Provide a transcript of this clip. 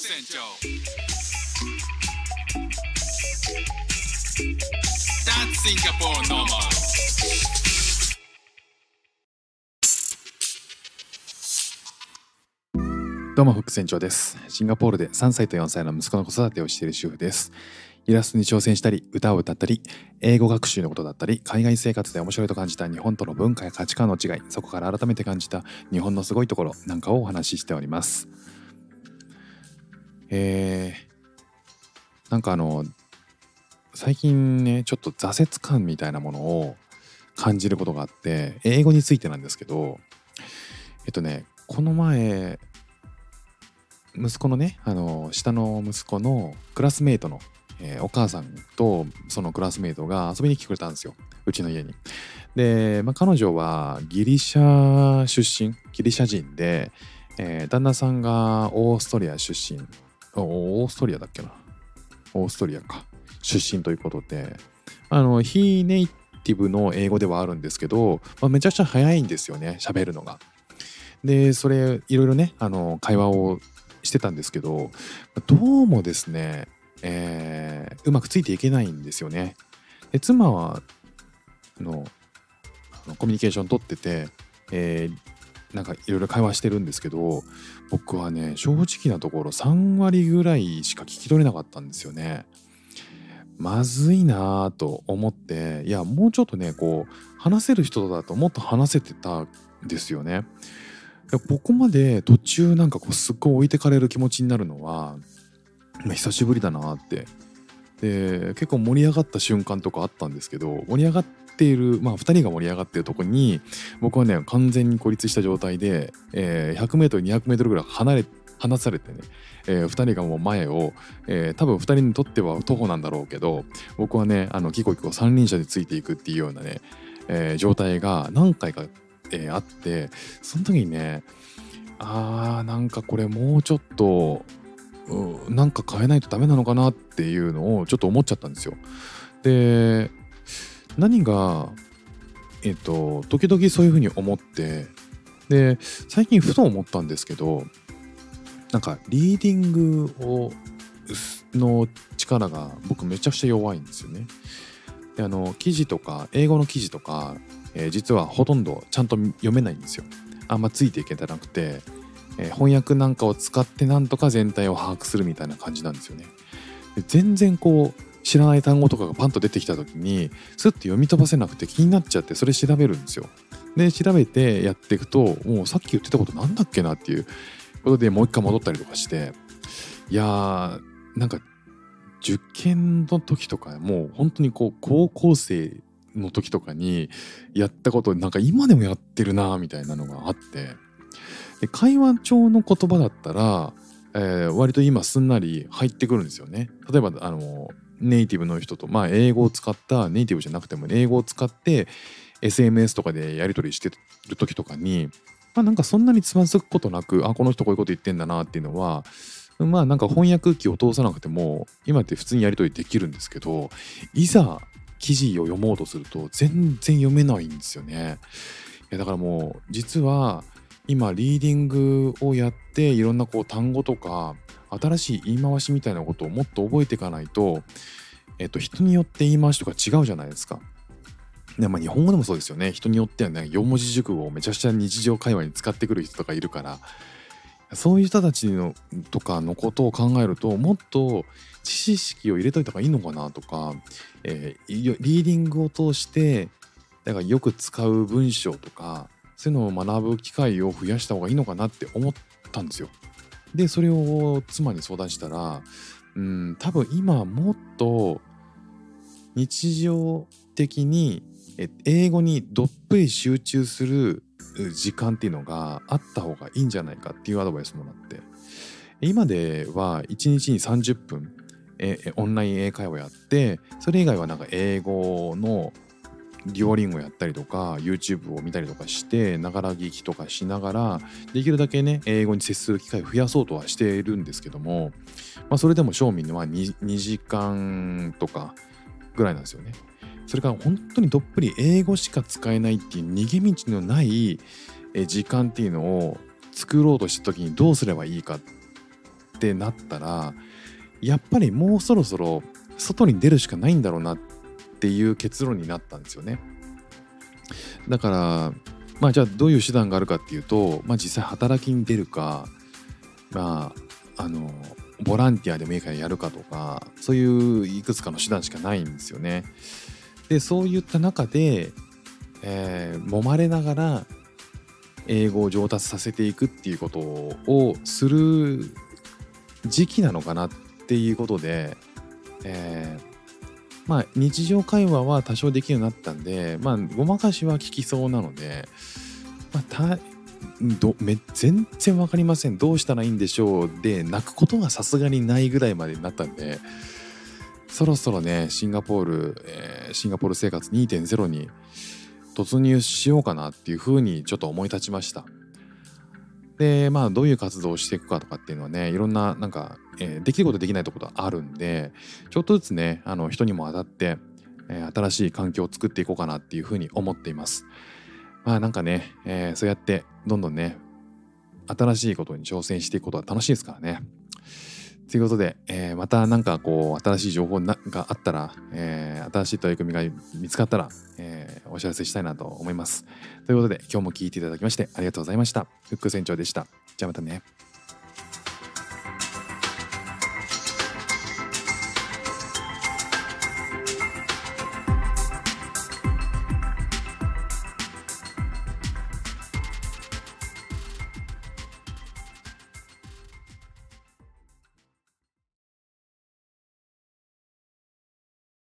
船長 That's Singapore normal。 どうも副船長です。シンガポールで3歳と4歳の息子の子育てをしている主婦です。イラストに挑戦したり、歌を歌ったり、英語学習のことだったり、海外生活で面白いと感じた日本との文化や価値観の違い、そこから改めて感じた日本のすごいところなんかをお話ししております。なんか最近ね、ちょっと挫折感みたいなものを感じることがあって、英語についてなんですけど、この前息子のね、下の息子のクラスメートの、お母さんとそのクラスメートが遊びに来てくれたんですよ、うちの家に。で、彼女はギリシャ出身、ギリシャ人で、旦那さんがオーストリア出身、オーストリアだっけな、オーストリアか出身ということで、非ネイティブの英語ではあるんですけど、めちゃくちゃ早いんですよね、喋るのが。で、それいろいろね、会話をしてたんですけど、どうもですね、うまくついていけないんですよね。で、妻はコミュニケーション取ってて、なんかいろいろ会話してるんですけど、僕はね、正直なところ3割ぐらいしか聞き取れなかったんですよね。まずいなぁと思って、いや、もうちょっとね、こう話せる人だともっと話せてたんですよね。ここまで途中なんかこうすっごい置いてかれる気持ちになるのは、久しぶりだなって。で、結構盛り上がった瞬間とかあったんですけど、盛り上がっている、2人が盛り上がっているところに僕はね、完全に孤立した状態で、100メートル200メートルぐらい離されてね、2人がもう前を、多分2人にとっては徒歩なんだろうけど、僕はね、キコキコ三輪車でついていくっていうようなね、状態が何回かあって、その時にね、なんかこれもうちょっと、なんか変えないとダメなのかなっていうのをちょっと思っちゃったんですよ。で、何が時々そういうふうに思って、で、最近ふと思ったんですけど、なんかリーディングの力が僕めちゃくちゃ弱いんですよね。で、記事とか英語の記事とか、実はほとんどちゃんと読めないんですよ。あんまついていけてなくて、翻訳なんかを使ってなんとか全体を把握するみたいな感じなんですよね。で、全然こう知らない単語とかがパンと出てきた時にスッと読み飛ばせなくて気になっちゃって、それ調べるんですよ。で、調べてやっていくと、もうさっき言ってたことなんだっけなっていうことでもう一回戻ったりとかして、いやー、なんか受験の時とか、もう本当にこう高校生の時とかにやったことなんか今でもやってるなみたいなのがあって、で、会話帳の言葉だったら、割と今すんなり入ってくるんですよね。例えばネイティブの人と、英語を使った、ネイティブじゃなくても英語を使って SMS とかでやり取りしてる時とかに、なんかそんなにつまずくことなく、この人こういうこと言ってんだなっていうのは、なんか翻訳機を通さなくても今って普通にやり取りできるんですけど、いざ記事を読もうとすると全然読めないんですよね。いや、だからもう実は今リーディングをやって、いろんなこう単語とか新しい言い回しみたいなことをもっと覚えていかないと、人によって言い回しとか違うじゃないですか。で、日本語でもそうですよね。人によってはね、四文字熟語をめちゃくちゃ日常会話に使ってくる人とかいるから、そういう人たちのとかのことを考えると、もっと知識を入れといた方がいいのかなとか、リーディングを通してだからよく使う文章とかそういうのを学ぶ機会を増やした方がいいのかなって思ったんですよ。で、それを妻に相談したら、多分今もっと日常的に英語にどっぷり集中する時間っていうのがあった方がいいんじゃないかっていうアドバイスもらって、今では1日に30分オンライン英会話やって、それ以外はなんか英語のデュオリンゴやったりとか YouTube を見たりとかして、ながら聞きとかしながらできるだけね英語に接する機会を増やそうとはしているんですけども、それでも正味は 2時間とかぐらいなんですよね。それから本当にどっぷり英語しか使えないっていう逃げ道のない時間っていうのを作ろうとした時にどうすればいいかっってなったら、やっぱりもうそろそろ外に出るしかないんだろうなっていう結論になったんですよね。だからじゃあどういう手段があるかっていうと、実際働きに出るか、ボランティアでもいいからやるかとか、そういういくつかの手段しかないんですよね。でそういった中で、揉まれながら英語を上達させていくっていうことをする時期なのかなっていうことで、日常会話は多少できるようになったんで、ごまかしは効きそうなので、全然わかりません、どうしたらいいんでしょうで泣くことがさすがにないぐらいまでになったんで、そろそろねシンガポール生活 2.0 に突入しようかなっていうふうにちょっと思い立ちました。でどういう活動をしていくかとかっていうのはね、いろんなできることできないところあるんで、ちょっとずつね人にも当たって、新しい環境を作っていこうかなっていうふうに思っています。そうやってどんどんね新しいことに挑戦していくことが楽しいですからね。ということで、また新しい情報があったら、新しい取り組みが見つかったら、お知らせしたいなと思います。ということで今日も聞いていただきましてありがとうございました。フック船長でした。じゃあまたね。